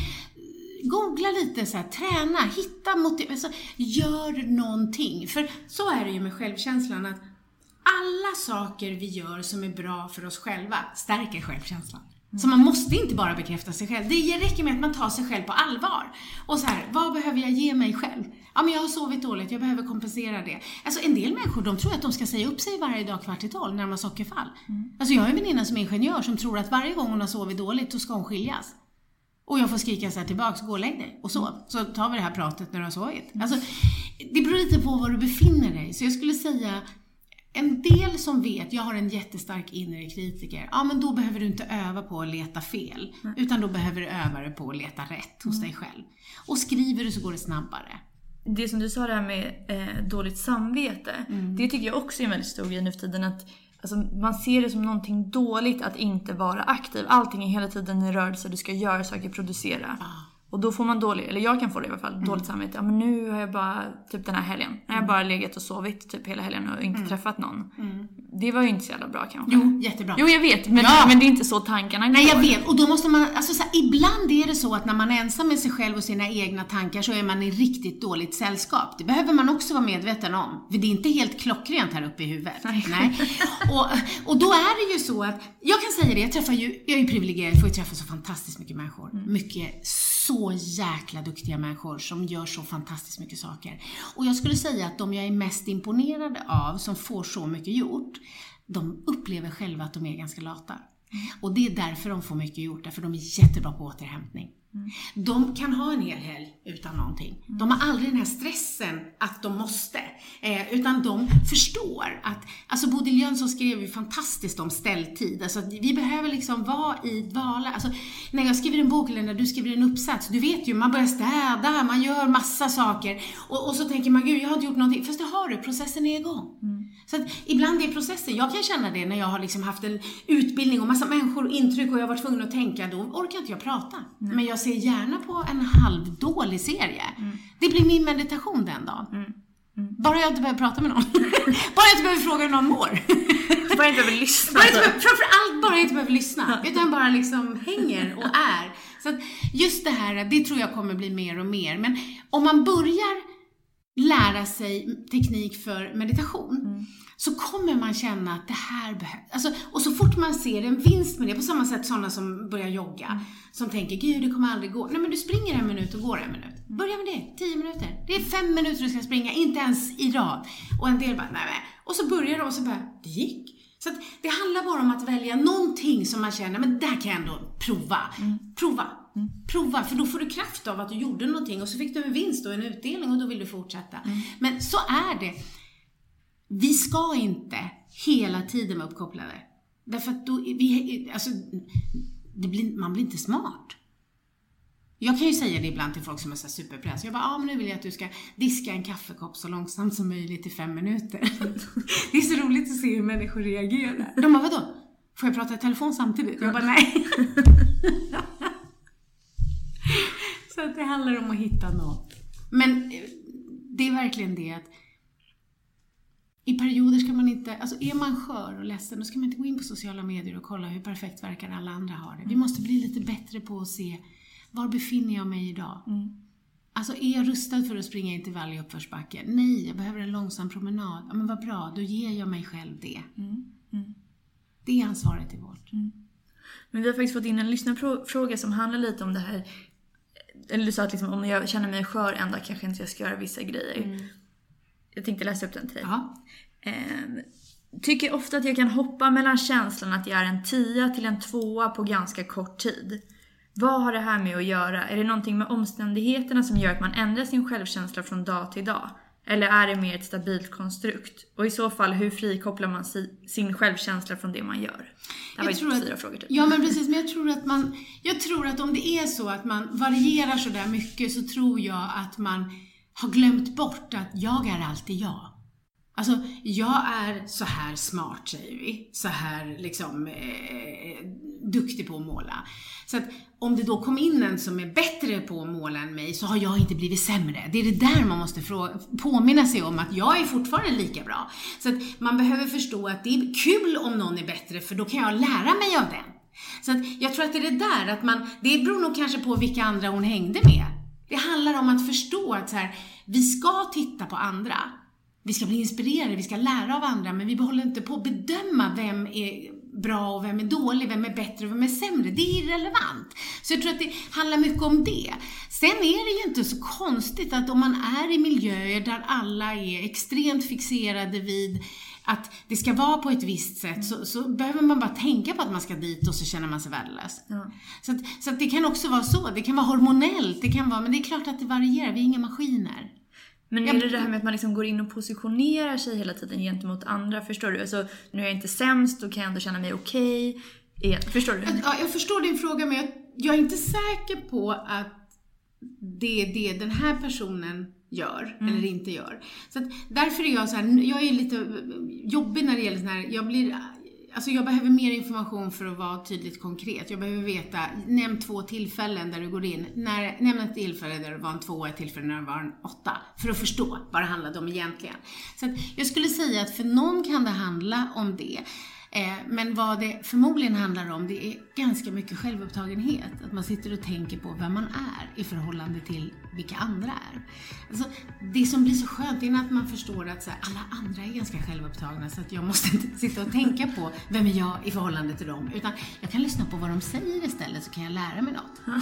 googla lite så här, träna, hitta motivation. Alltså, gör någonting. För så är det ju med självkänslan att alla saker vi gör som är bra för oss själva stärker självkänslan. Mm. Så man måste inte bara bekräfta sig själv. Det räcker med att man tar sig själv på allvar. Och så här, vad behöver jag ge mig själv? Ja, men jag har sovit dåligt, jag behöver kompensera det. Alltså en del människor, de tror att de ska säga upp sig varje dag kvart i tolv när de har sockerfall. Mm. Alltså jag har en väninna som är ingenjör som tror att varje gång hon har sovit dåligt så ska hon skiljas. Och jag får skrika så här tillbaks, gå och lägg dig och sov. Så tar vi det här pratet när du har sovit. Alltså, det beror lite på var du befinner dig. Så jag skulle säga, en del som vet, jag har en jättestark inre kritiker. Ja, men då behöver du inte öva på att leta fel. Mm. Utan då behöver du öva dig på att leta rätt hos mm. dig själv. Och skriver du så går det snabbare. Det som du sa där med eh, dåligt samvete. Mm. Det tycker jag också är en väldigt stor grej nu för tiden. Att alltså, man ser det som någonting dåligt att inte vara aktiv. Allting är hela tiden i rörelse. Du ska göra saker, producera. Ah. Och då får man dåligt, eller jag kan få det i alla fall, mm. dåligt samvete. Ja, men nu har jag bara, typ den här helgen. Mm. Jag har bara legat och sovit typ hela helgen och inte mm. träffat någon. Mm. Det var ju inte så jävla bra kanske. Jo, jättebra. Jo, jag vet, men, ja. men det är inte så tankarna går. Nej, jag vet. Och då måste man, alltså så här, ibland är det så att när man är ensam med sig själv och sina egna tankar så är man i riktigt dåligt sällskap. Det behöver man också vara medveten om. För det är inte helt klockrent här uppe i huvudet. Nej. Nej. Och, och då är det ju så att, jag kan säga det, jag träffar ju, jag är ju privilegierad, jag får ju träffa så fantastiskt mycket människor. Mm. Mycket så jäkla duktiga människor som gör så fantastiskt mycket saker. Och jag skulle säga att de jag är mest imponerade av som får så mycket gjort, de upplever själva att de är ganska lata. Mm. Och det är därför de får mycket gjort, därför de är jättebra på återhämtning. Mm. De kan ha en hel helg utan någonting. Mm. De har aldrig den här stressen att de måste. Eh, utan de förstår att, alltså Bodil Jönsson skrev ju fantastiskt om ställtid. Alltså att vi behöver liksom vara i dvala. Alltså när jag skriver en bok eller när du skriver en uppsats, du vet ju, man börjar städa, man gör massa saker. Och, och så tänker man, gud jag har inte gjort någonting. Fast det har du, processen är igång. Mm. Så att ibland är processen, jag kan känna det när jag har liksom haft en utbildning och massa människor och intryck och jag har varit tvungen att tänka, då orkar inte jag prata. Mm. Men jag ser gärna på en halvdålig serie. Mm. Det blir min meditation den dagen. Mm. Mm. Bara jag inte behöver prata med någon. Bara jag inte behöver fråga hur någon mår. Bara jag inte behöver lyssna. Bara inte behöver, framförallt bara jag inte behöver lyssna. Utan bara liksom hänger och är. Så att just det här, det tror jag kommer bli mer och mer. Men om man börjar lära sig teknik för meditation, mm. så kommer man känna att det här behövs. Alltså, och så fort man ser en vinst med det, på samma sätt sådana som börjar jogga, mm. som tänker, gud det kommer aldrig gå. Nej, men du springer en minut och går en minut. Börja med det, tio minuter. Det är fem minuter du ska springa, inte ens i rad. Och en del bara, nej men. Och så börjar de och så bara, det gick. Så att det handlar bara om att välja någonting som man känner, men där kan jag ändå prova. Mm. Prova. Mm. Prova, för då får du kraft av att du gjorde någonting och så fick du en vinst och en utdelning och då vill du fortsätta. Mm. Men så är det. Vi ska inte hela tiden vara uppkopplade. Därför att då, vi, alltså, det blir, man blir inte smart. Jag kan ju säga det ibland till folk som är så superpress. Jag bara, ja ah, men nu vill jag att du ska diska en kaffekopp så långsamt som möjligt i fem minuter. Det är så roligt att se hur människor reagerar. De bara, vadå? Får jag prata i telefon samtidigt? Jag bara, nej. Så att det handlar om att hitta något. Men det är verkligen det att i perioder ska man inte, alltså är man skör och ledsen, då ska man inte gå in på sociala medier och kolla hur perfekt verkar alla andra har det. Vi måste bli lite bättre på att se, var befinner jag mig idag? Mm. Alltså är jag rustad för att springa in till varje uppförsbacke? Nej, jag behöver en långsam promenad. Ja, men vad bra, då ger jag mig själv det. Mm. Mm. Det är ansvaret i vårt. Mm. Men vi har faktiskt fått in en lyssnarfråga som handlar lite om det här. Eller du sa att liksom, om jag känner mig skör en dag kanske inte jag ska göra vissa grejer. Mm. Jag tänkte läsa upp den till dig. Eh, tycker ofta att jag kan hoppa mellan känslan att jag är en tia till en tvåa på ganska kort tid. Vad har det här med att göra? Är det någonting med omständigheterna som gör att man ändrar sin självkänsla från dag till dag? Eller är det mer ett stabilt konstrukt? Och i så fall, hur frikopplar man sin självkänsla från det man gör? Det var ju fyra frågor. Typ. Ja, men precis. Men jag tror att man, jag tror att om det är så att man varierar så där mycket, så tror jag att man har glömt bort att jag är alltid jag. Alltså, jag är så här smart, säger vi. Så här liksom eh, duktig på att måla. Så att om det då kom in en som är bättre på att måla än mig, så har jag inte blivit sämre. Det är det där man måste frå- påminna sig om, att jag är fortfarande lika bra. Så att man behöver förstå att det är kul om någon är bättre, för då kan jag lära mig av den. Så att jag tror att det är det där, att man, det beror nog kanske på vilka andra hon hängde med. Det handlar om att förstå att så här, vi ska titta på andra. Vi ska bli inspirerade, vi ska lära av andra, men vi behåller inte på att bedöma vem är bra och vem är dålig, vem är bättre och vem är sämre. Det är irrelevant. Så jag tror att det handlar mycket om det. Sen är det ju inte så konstigt att om man är i miljöer där alla är extremt fixerade vid att det ska vara på ett visst sätt, så, så behöver man bara tänka på att man ska dit och så känner man sig värdelös. Mm. Så, att, så att det kan också vara så. Det kan vara hormonellt, det kan vara, men det är klart att det varierar. Vi är inga maskiner. Men är det det här med att man liksom går in och positionerar sig hela tiden gentemot andra, förstår du? Alltså, nu är jag inte sämst, då kan jag ändå känna mig okej. Okay. Förstår du? Ja, jag förstår din fråga, men jag, jag är inte säker på att det är det den här personen gör mm. eller inte gör. Så att därför är jag så här, jag är lite jobbig när det gäller sån här, jag blir... Alltså jag behöver mer information för att vara tydligt konkret. Jag behöver veta, nämn två tillfällen där du går in. När, nämn ett tillfälle där det var en tvåa, ett tillfälle när det var en åtta. För att förstå vad det handlade om egentligen. Så att jag skulle säga att för någon kan det handla om det. Eh, men vad det förmodligen handlar om, det är ganska mycket självupptagenhet. Att man sitter och tänker på vem man är i förhållande till vilka andra är. Alltså, det som blir så skönt är att man förstår att så här, alla andra är ganska självupptagna, så att jag måste inte sitta och tänka på vem är jag i förhållande till dem. Utan jag kan lyssna på vad de säger istället, så kan jag lära mig något.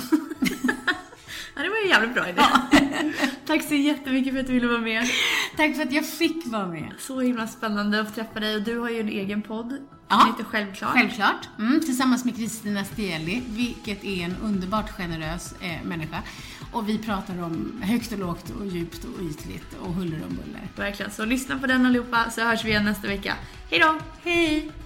Ja, det var ju en jävligt bra idé. Ja. Tack så jättemycket för att du ville vara med. Tack för att jag fick vara med. Så himla spännande att träffa dig. Och du har ju en egen podd. Ja, lite självklart. Självklart. Mm, tillsammans med Kristina Stieli, vilket är en underbart generös eh, människa. Och vi pratar om högt och lågt och djupt och ytligt och huller och buller. Verkligen. Så lyssna på den allihopa, så hörs vi igen nästa vecka. Hej då! Hej!